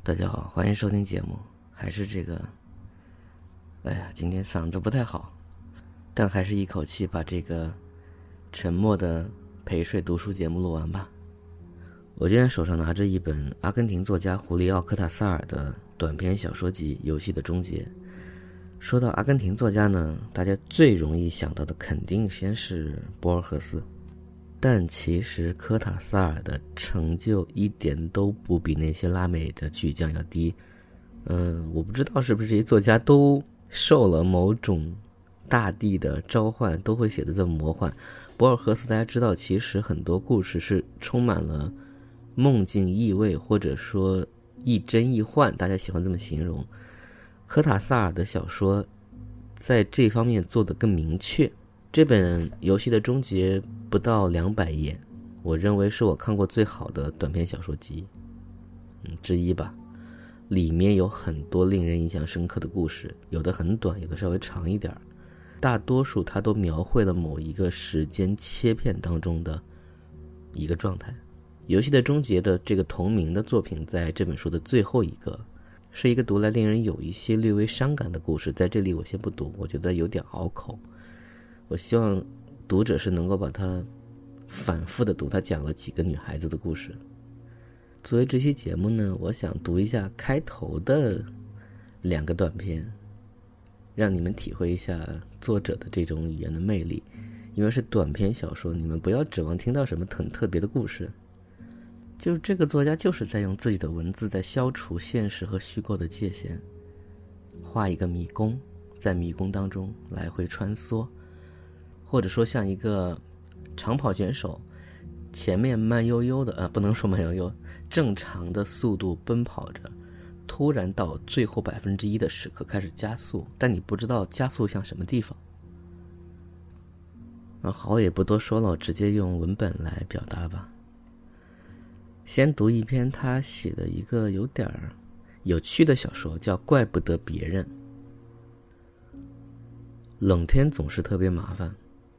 大家好，欢迎收听节目。还是今天嗓子不太好，但还是一口气把这个沉默的陪睡读书节目录完吧。我今天手上拿着一本阿根廷作家胡里奥·科塔萨尔的短篇小说集《游戏的终结》。说到阿根廷作家呢，大家最容易想到的肯定先是博尔赫斯，但其实科塔萨尔的成就一点都不比那些拉美的巨匠要低。我不知道是不是这些作家都受了某种大地的召唤，都会写得这么魔幻。博尔赫斯大家知道，其实很多故事是充满了梦境意味，或者说亦真亦幻，大家喜欢这么形容。科塔萨尔的小说在这方面做得更明确。这本《游戏的终结》不到200页，我认为是我看过最好的短篇小说集之一吧。里面有很多令人印象深刻的故事，有的很短，有的稍微长一点，大多数它都描绘了某一个时间切片当中的一个状态。《游戏的终结》的这个同名的作品在这本书的最后一个，是一个读来令人有一些略微伤感的故事，在这里我先不读，我觉得有点拗口。我希望读者是能够把它反复的读，他讲了几个女孩子的故事。作为这期节目呢，我想读一下开头的2个短篇，让你们体会一下作者的这种语言的魅力。因为是短篇小说，你们不要指望听到什么很特别的故事，就这个作家就是在用自己的文字在消除现实和虚构的界限，画一个迷宫，在迷宫当中来回穿梭，或者说像一个长跑选手，前面慢悠悠的不能说慢悠悠，正常的速度奔跑着，突然到最后1%的时刻开始加速，但你不知道加速向什么地方。好，也不多说了，我直接用文本来表达吧。先读一篇他写的一个有点有趣的小说，叫《怪不得别人》。冷天总是特别麻烦。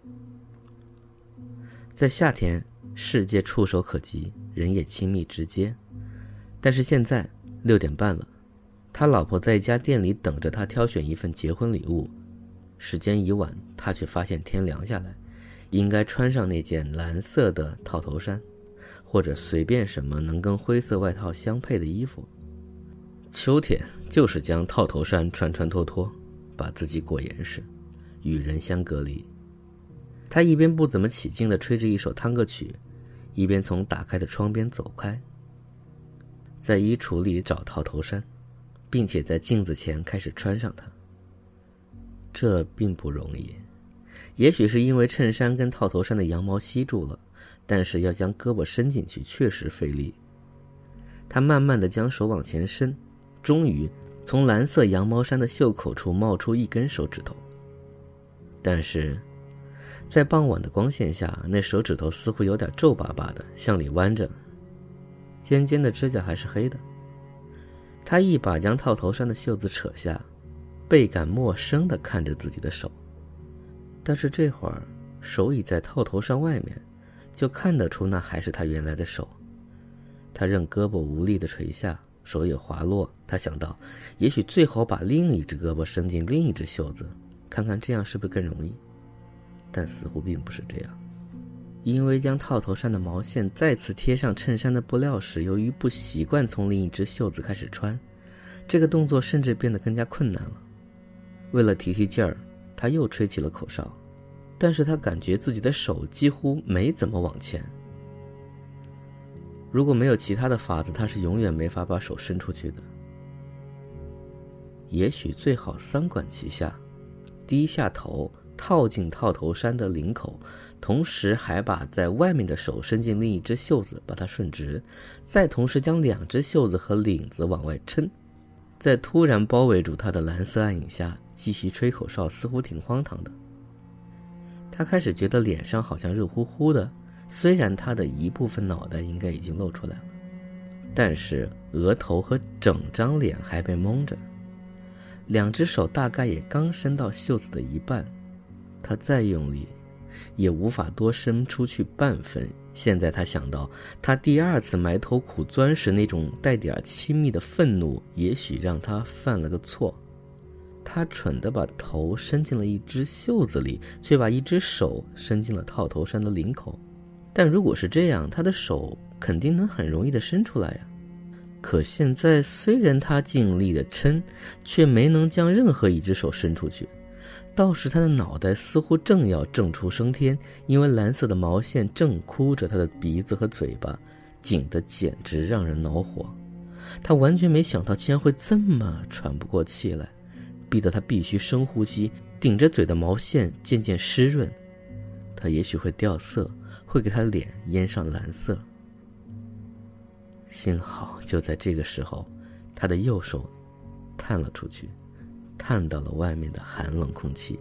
在夏天，世界触手可及，人也亲密直接。但是现在6点半了，他老婆在一家店里等着他挑选一份结婚礼物。时间已晚，他却发现天凉下来，应该穿上那件蓝色的套头衫，或者随便什么能跟灰色外套相配的衣服。秋天就是将套头衫穿穿脱脱，把自己裹严实，与人相隔离。他一边不怎么起劲地吹着一首探戈曲，一边从打开的窗边走开，在衣橱里找套头衫，并且在镜子前开始穿上它。这并不容易，也许是因为衬衫跟套头衫的羊毛吸住了，但是要将胳膊伸进去确实费力。他慢慢地将手往前伸，终于从蓝色羊毛衫的袖口处冒出一根手指头。但是在傍晚的光线下，那手指头似乎有点皱巴巴的，向里弯着，尖尖的指甲还是黑的。他一把将套头衫的袖子扯下，倍感陌生地看着自己的手。但是这会儿手已在套头衫外面，就看得出那还是他原来的手。他任胳膊无力地垂下，手也滑落。他想到，也许最好把另一只胳膊伸进另一只袖子，看看这样是不是更容易。但似乎并不是这样，因为将套头衫的毛线再次贴上衬衫的布料时，由于不习惯从另一只袖子开始穿，这个动作甚至变得更加困难了。为了提劲儿，他又吹起了口哨，但是他感觉自己的手几乎没怎么往前。如果没有其他的法子，他是永远没法把手伸出去的。也许最好3管齐下，低下头，套进套头衫的领口，同时还把在外面的手伸进另一只袖子，把它顺直，再同时将2只袖子和领子往外抻。在突然包围住他的蓝色暗影下继续吹口哨，似乎挺荒唐的。他开始觉得脸上好像热乎乎的，虽然他的一部分脑袋应该已经露出来了，但是额头和整张脸还被蒙着。2只手大概也刚伸到袖子的一半，他再用力， 也无法多伸出去半分。现在他想到，他第二次埋头苦钻时那种带点亲密的愤怒，也许让他犯了个错。他蠢地把头伸进了一只袖子里，却把一只手伸进了套头衫的领口。但如果是这样，他的手肯定能很容易地伸出来呀。可现在虽然他尽力地抻，却没能将任何一只手伸出去。倒是他的脑袋似乎正要挣出升天，因为蓝色的毛线正箍着他的鼻子和嘴巴，紧得简直让人恼火。他完全没想到竟然会这么喘不过气来，逼得他必须深呼吸，顶着嘴的毛线渐渐湿润。他也许会掉色，会给他脸淹上蓝色。幸好就在这个时候，他的右手探了出去，探到了外面的寒冷空气。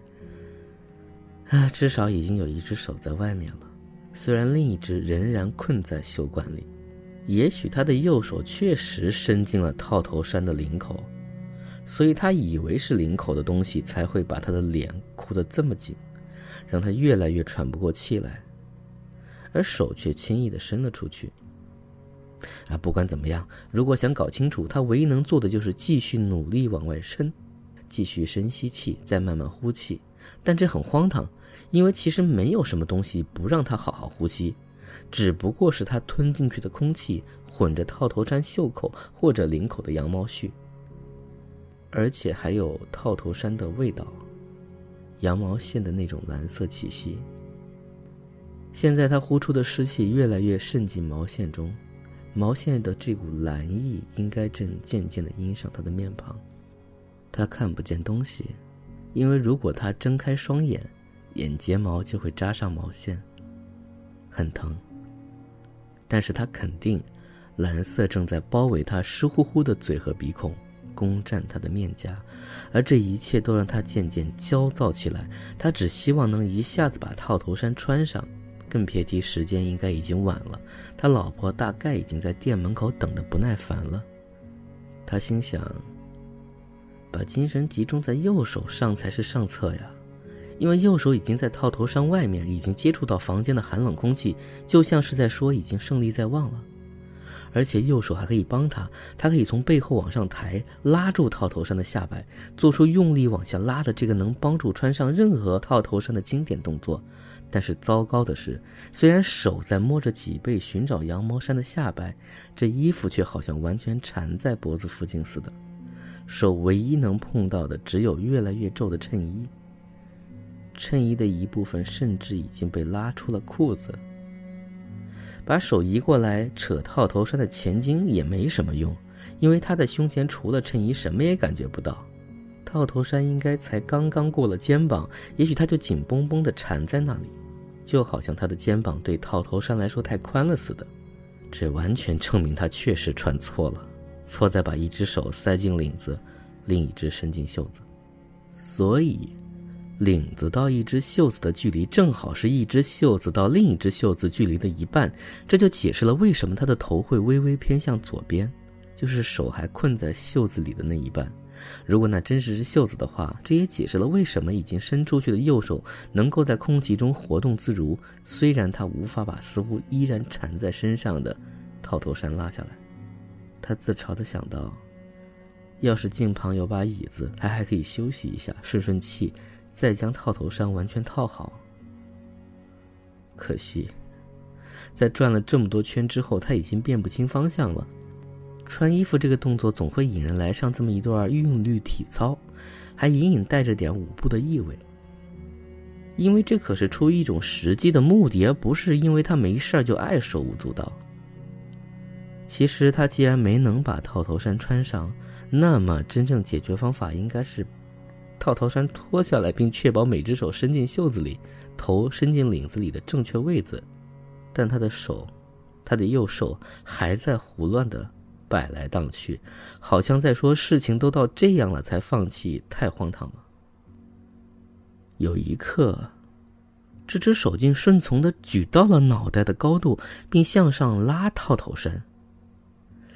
至少已经有一只手在外面了，虽然另一只仍然困在袖管里。也许他的右手确实伸进了套头衫的领口，所以他以为是领口的东西才会把他的脸箍得这么紧，让他越来越喘不过气来，而手却轻易地伸了出去。不管怎么样，如果想搞清楚，他唯一能做的就是继续努力往外伸，继续深吸气，再慢慢呼气。但这很荒唐，因为其实没有什么东西不让他好好呼吸，只不过是他吞进去的空气混着套头衫袖口或者领口的羊毛絮，而且还有套头衫的味道，羊毛线的那种蓝色气息。现在他呼出的湿气越来越渗进毛线中，毛线的这股蓝意应该正渐渐地映上他的面庞。他看不见东西，因为如果他睁开双眼，眼睫毛就会扎上毛线，很疼。但是他肯定，蓝色正在包围他湿乎乎的嘴和鼻孔，攻占他的面颊，而这一切都让他渐渐焦躁起来。他只希望能一下子把套头衫穿上，更别提时间应该已经晚了，他老婆大概已经在店门口等得不耐烦了。他心想，把精神集中在右手上才是上策呀，因为右手已经在套头衫外面，已经接触到房间的寒冷空气，就像是在说已经胜利在望了。而且右手还可以帮他可以从背后往上抬，拉住套头衫的下摆，做出用力往下拉的这个能帮助穿上任何套头衫的经典动作。但是糟糕的是，虽然手在摸着脊背寻找羊毛衫的下摆，这衣服却好像完全缠在脖子附近似的，手唯一能碰到的只有越来越皱的衬衣，衬衣的一部分甚至已经被拉出了裤子。把手移过来扯套头衫的前襟也没什么用，因为他的胸前除了衬衣什么也感觉不到。套头衫应该才刚刚过了肩膀，也许他就紧绷绷地缠在那里，就好像他的肩膀对套头衫来说太宽了似的。这完全证明他确实穿错了，错在把一只手塞进领子，另一只伸进袖子。所以领子到一只袖子的距离正好是一只袖子到另一只袖子距离的一半，这就解释了为什么他的头会微微偏向左边，就是手还困在袖子里的那一半。如果那真是袖子的话，这也解释了为什么已经伸出去的右手能够在空气中活动自如，虽然他无法把似乎依然缠在身上的套头衫拉下来。他自嘲地想到，要是近旁有把椅子，他还可以休息一下，顺顺气，再将套头衫完全套好。可惜在转了这么多圈之后，他已经辨不清方向了。穿衣服这个动作总会引人来上这么一段韵律体操，还隐隐带着点舞步的意味，因为这可是出于一种实际的目的，而不是因为他没事就爱手舞足蹈。其实他既然没能把套头衫穿上，那么真正解决方法应该是套头衫脱下来，并确保每只手伸进袖子里，头伸进领子里的正确位置。但他的手，他的右手还在胡乱地摆来荡去，好像在说事情都到这样了才放弃，太荒唐了。有一刻，这只手竟顺从地举到了脑袋的高度，并向上拉套头衫。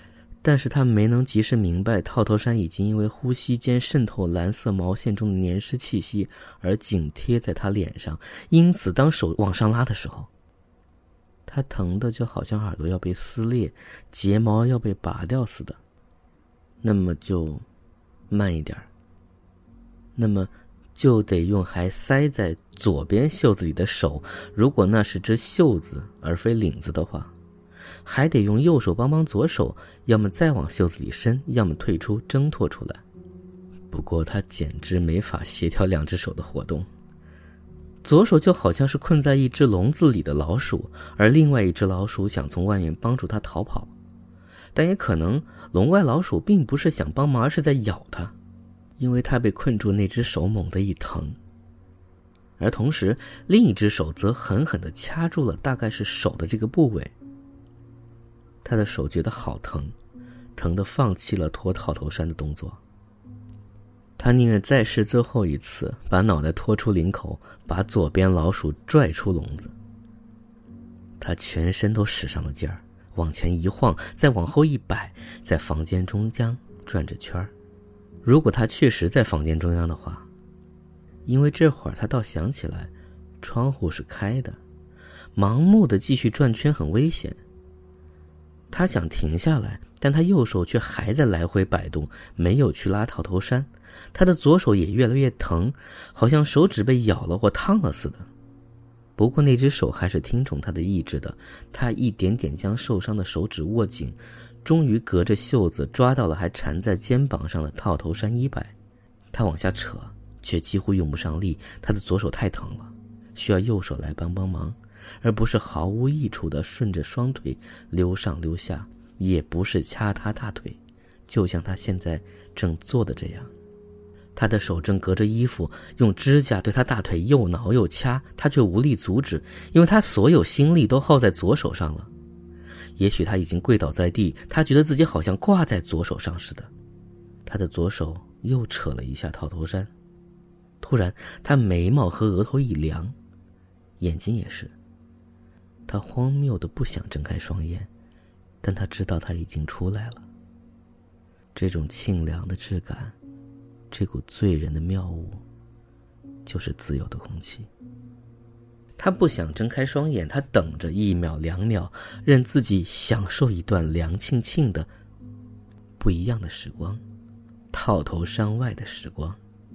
但是他没能及时明白套头衫已经因为呼吸间渗透蓝色毛线中的粘湿气息而紧贴在他脸上，因此当手往上拉的时候，他疼的就好像耳朵要被撕裂，睫毛要被拔掉似的。那么就慢一点，那么就得用还塞在左边袖子里的手，如果那是只袖子而非领子的话，还得用右手帮帮左手，要么再往袖子里伸，要么退出挣脱出来。不过他简直没法协调两只手的活动，左手就好像是困在一只笼子里的老鼠，而另外一只老鼠想从外面帮助他逃跑，但也可能笼外老鼠并不是想帮忙，而是在咬他，因为他被困住那只手猛地一疼，而同时另一只手则狠狠地掐住了大概是手的这个部位。他的手觉得好疼，疼得放弃了脱套头衫的动作。他宁愿再试最后一次，把脑袋拖出领口，把左边老鼠拽出笼子。他全身都使上了劲儿，往前一晃，再往后一摆，在房间中央转着圈儿。如果他确实在房间中央的话，因为这会儿他倒想起来窗户是开的，盲目的继续转圈很危险。他想停下来，但他右手却还在来回摆动，没有去拉套头衫。他的左手也越来越疼，好像手指被咬了或烫了似的。不过那只手还是听从他的意志的，他一点点将受伤的手指握紧，终于隔着袖子抓到了还缠在肩膀上的套头衫衣摆。他往下扯，却几乎用不上力，他的左手太疼了，需要右手来帮忙，而不是毫无益处的顺着双腿溜上溜下，也不是掐他大腿，就像他现在正做的这样。他的手正隔着衣服用指甲对他大腿又挠又掐，他却无力阻止，因为他所有心力都耗在左手上了。也许他已经跪倒在地，他觉得自己好像挂在左手上似的。他的左手又扯了一下套头衫，突然他眉毛和额头一凉，眼睛也是。他荒谬的不想睁开双眼，但他知道他已经出来了。这种清凉的质感，这股醉人的妙物，就是自由的空气。他不想睁开双眼，他等着1秒2秒，任自己享受一段凉沁沁的不一样的时光，套头衫外的时光。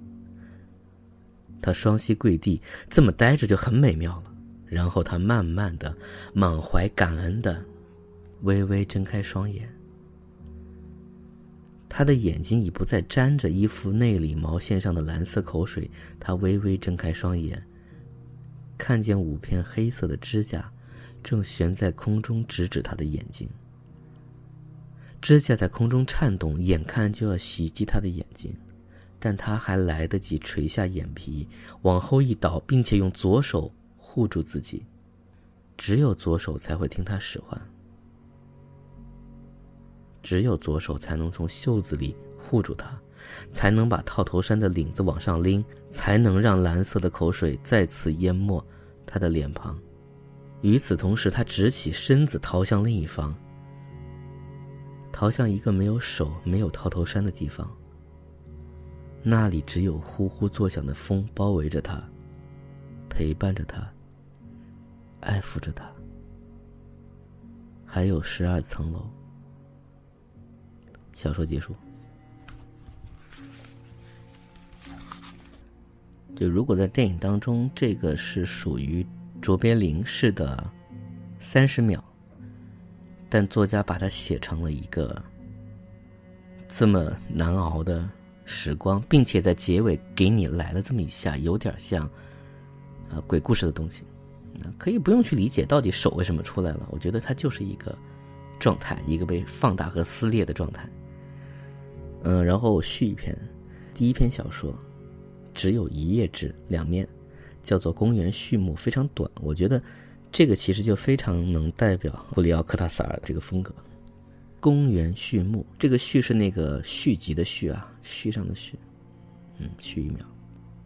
他双膝跪地，这么待着就很美妙了。然后他慢慢的满怀感恩的微微睁开双眼，他的眼睛已不再沾着衣服内里毛线上的蓝色口水。他微微睁开双眼，看见5片黑色的指甲正悬在空中直指他的眼睛，指甲在空中颤动，眼看就要袭击他的眼睛，但他还来得及垂下眼皮往后一倒，并且用左手护住自己。只有左手才会听他使唤，只有左手才能从袖子里护住他，才能把套头衫的领子往上拎，才能让蓝色的口水再次淹没他的脸庞。与此同时，他直起身子逃向另一方，逃向一个没有手没有套头衫的地方。那里只有呼呼作响的风包围着他，陪伴着他，爱抚着他，还有12层楼。小说结束。就如果在电影当中，这个是属于卓别林式的30秒，但作家把它写成了一个这么难熬的时光，并且在结尾给你来了这么一下，有点像鬼故事的东西。可以不用去理解到底手为什么出来了，我觉得它就是一个状态，一个被放大和撕裂的状态。然后我续一篇，第一篇小说只有1页纸2面，叫做《公园序幕》，非常短。我觉得这个其实就非常能代表胡里奥·科塔萨尔这个风格。公园序幕，这个序是那个续集的序啊，序上的序，续1秒。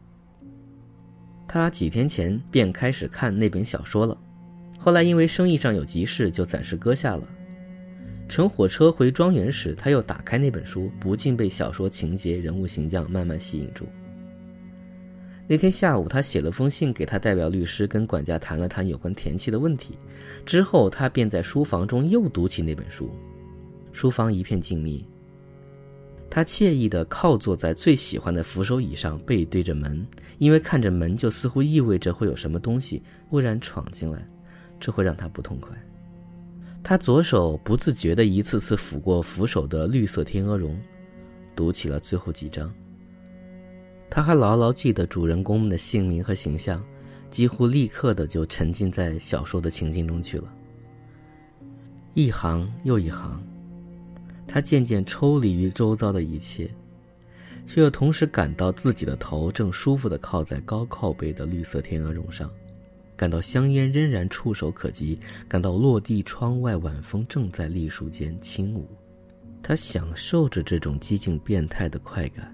他几天前便开始看那本小说了，后来因为生意上有急事，就暂时搁下了。 乘火车回庄园时，他又打开那本书，不禁被小说情节、人物形象慢慢吸引住。那天下午，他写了封信给他代表律师，跟管家谈了谈有关田契的问题。之后，他便在书房中又读起那本书。书房一片静谧，他惬意地靠坐在最喜欢的扶手椅上，背对着门，因为看着门就似乎意味着会有什么东西忽然闯进来，这会让他不痛快。他左手不自觉地一次次抚过扶手的绿色天鹅绒，读起了最后几章。他还牢牢记得主人公们的姓名和形象，几乎立刻的就沉浸在小说的情境中去了。一行又一行，他渐渐抽离于周遭的一切，却又同时感到自己的头正舒服地靠在高靠背的绿色天鹅绒上，感到香烟仍然触手可及，感到落地窗外晚风正在栗树间轻舞。他享受着这种激进变态的快感。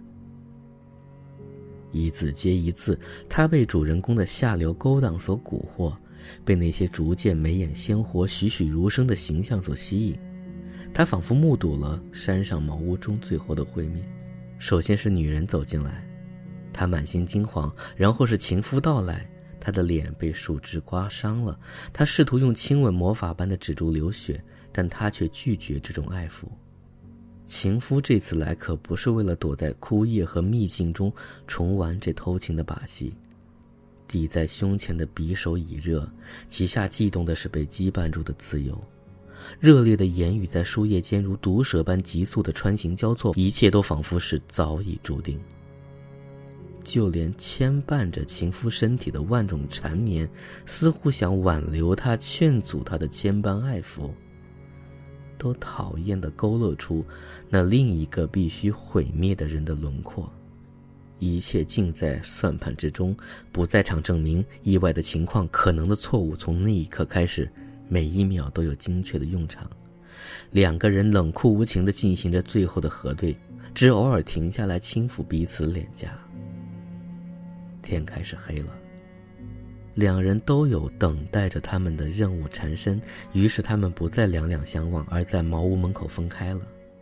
一字接一字，他被主人公的下流勾当所蛊惑，被那些逐渐眉眼鲜活、栩栩如生的形象所吸引。他仿佛目睹了山上茅屋中最后的会面。首先是女人走进来，他满心惊惶，然后是情夫到来，他的脸被树枝刮伤了，他试图用亲吻魔法般的止住流血，但他却拒绝这种爱抚。情夫这次来可不是为了躲在枯叶和秘境中重玩这偷情的把戏。抵在胸前的匕首已热，其下悸动的是被羁绊住的自由。热烈的言语在书页间如毒蛇般急速的穿行交错，一切都仿佛是早已注定。就连牵绊着情夫身体的万种缠绵，似乎想挽留他、劝阻他的千般爱抚，都讨厌地勾勒出那另一个必须毁灭的人的轮廓。一切尽在算盘之中，不在场证明意外的情况，可能的错误，从那一刻开始，每一秒都有精确的用场。两个人冷酷无情地进行着最后的核对，只偶尔停下来轻抚彼此脸颊。天开始黑了，两人都有等待着他们的任务缠身，于是他们不再两两相望，而在茅屋门口分开了。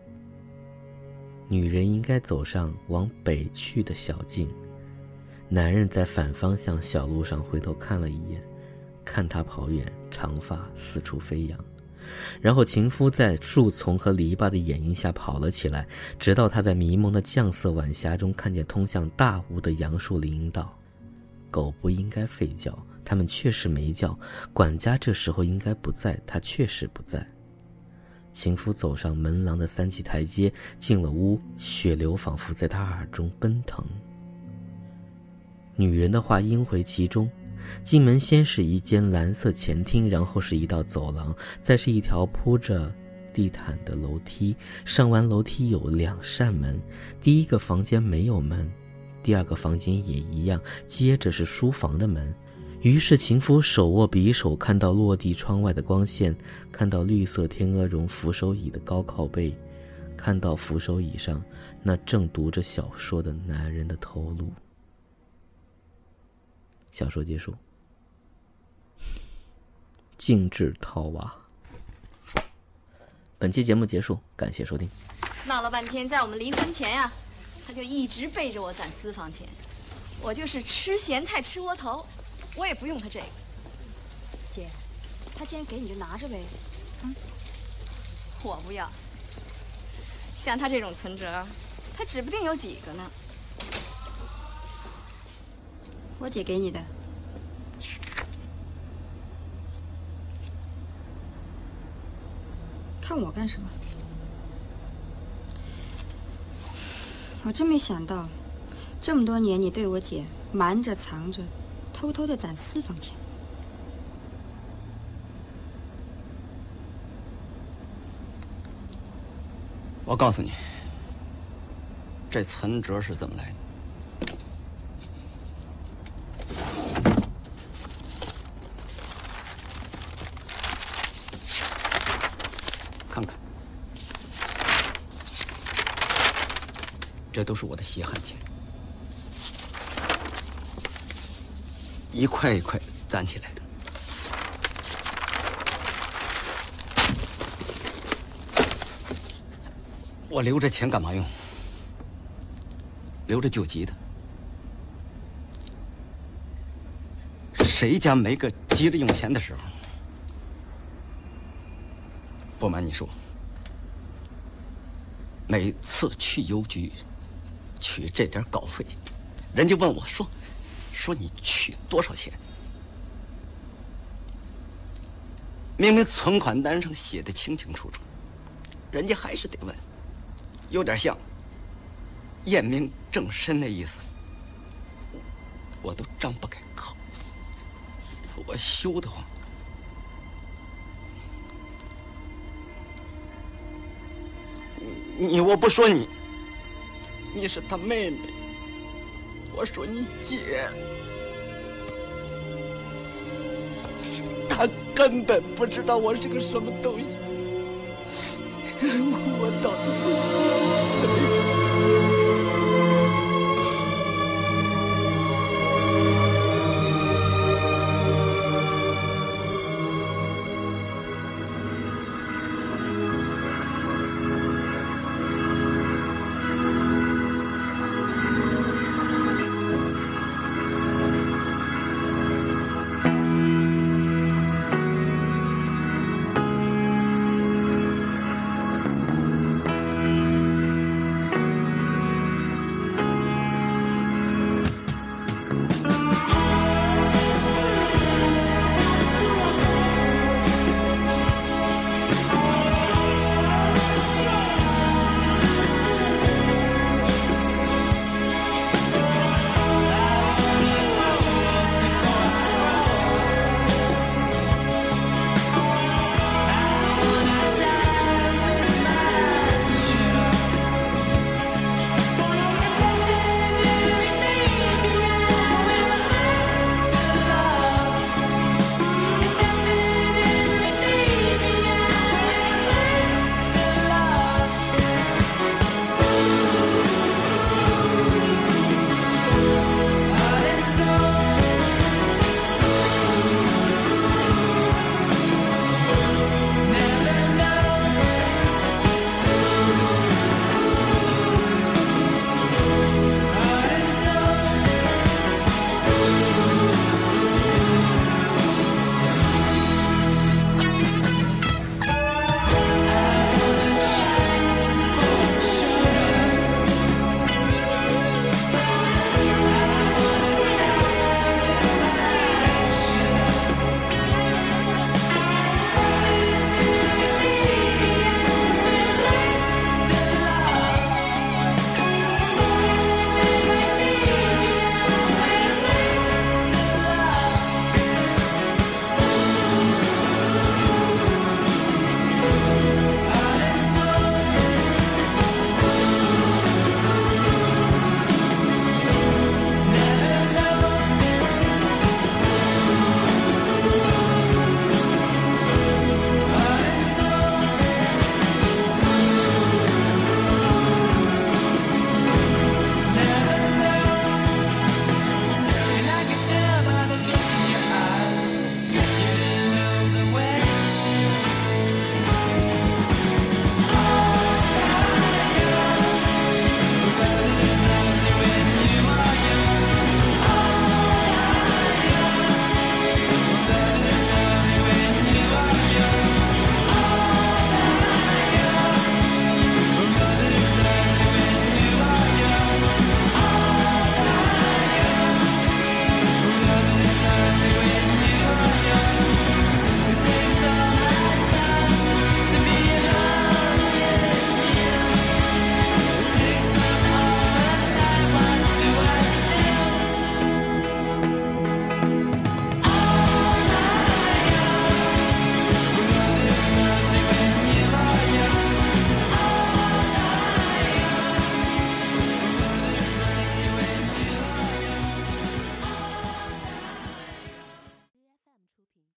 女人应该走上往北去的小径，男人在反方向小路上回头看了一眼，看他跑远，长发四处飞扬。然后情夫在树丛和篱笆的掩映下跑了起来，直到他在迷蒙的酱色晚霞中看见通向大屋的杨树林荫道。狗不应该吠叫，他们确实没叫，管家这时候应该不在，他确实不在。情夫走上门廊的3级台阶，进了屋，血流仿佛在他耳中奔腾。女人的话音回其中，进门先是一间蓝色前厅，然后是一道走廊，再是一条铺着地毯的楼梯。上完楼梯有2扇门，第一个房间没有门，第二个房间也一样，接着是书房的门。于是情夫手握匕首，看到落地窗外的光线，看到绿色天鹅绒扶手椅的高靠背，看到扶手椅上那正读着小说的男人的头颅。小说结束。静置套娃。本期节目结束，感谢收听。 闹了半天，在我们离婚前呀，他就一直背着我攒私房钱。我就是吃咸菜吃窝头，我也不用他这个。 姐，他既然给你就拿着呗。 我不要。像他这种存折，他指不定有几个呢。 我姐给你的。看我干什么？我真没想到，这么多年你对我姐瞒着藏着，偷偷的攒私房钱。 我告诉你，这存折是怎么来的。看看，这都是我的血汗钱，一块一块攒起来的。 我留着钱干嘛用？留着救急的。谁家没个急着用钱的时候？不瞒你说，每次去邮局取这点稿费，人家问我说你取多少钱？明明存款单上写的清清楚楚，人家还是得问，有点像验明正身那意思。我都张不开口，我羞得慌。我不说你，你是他妹妹，我说你姐，他根本不知道我是个什么东西，我到底是。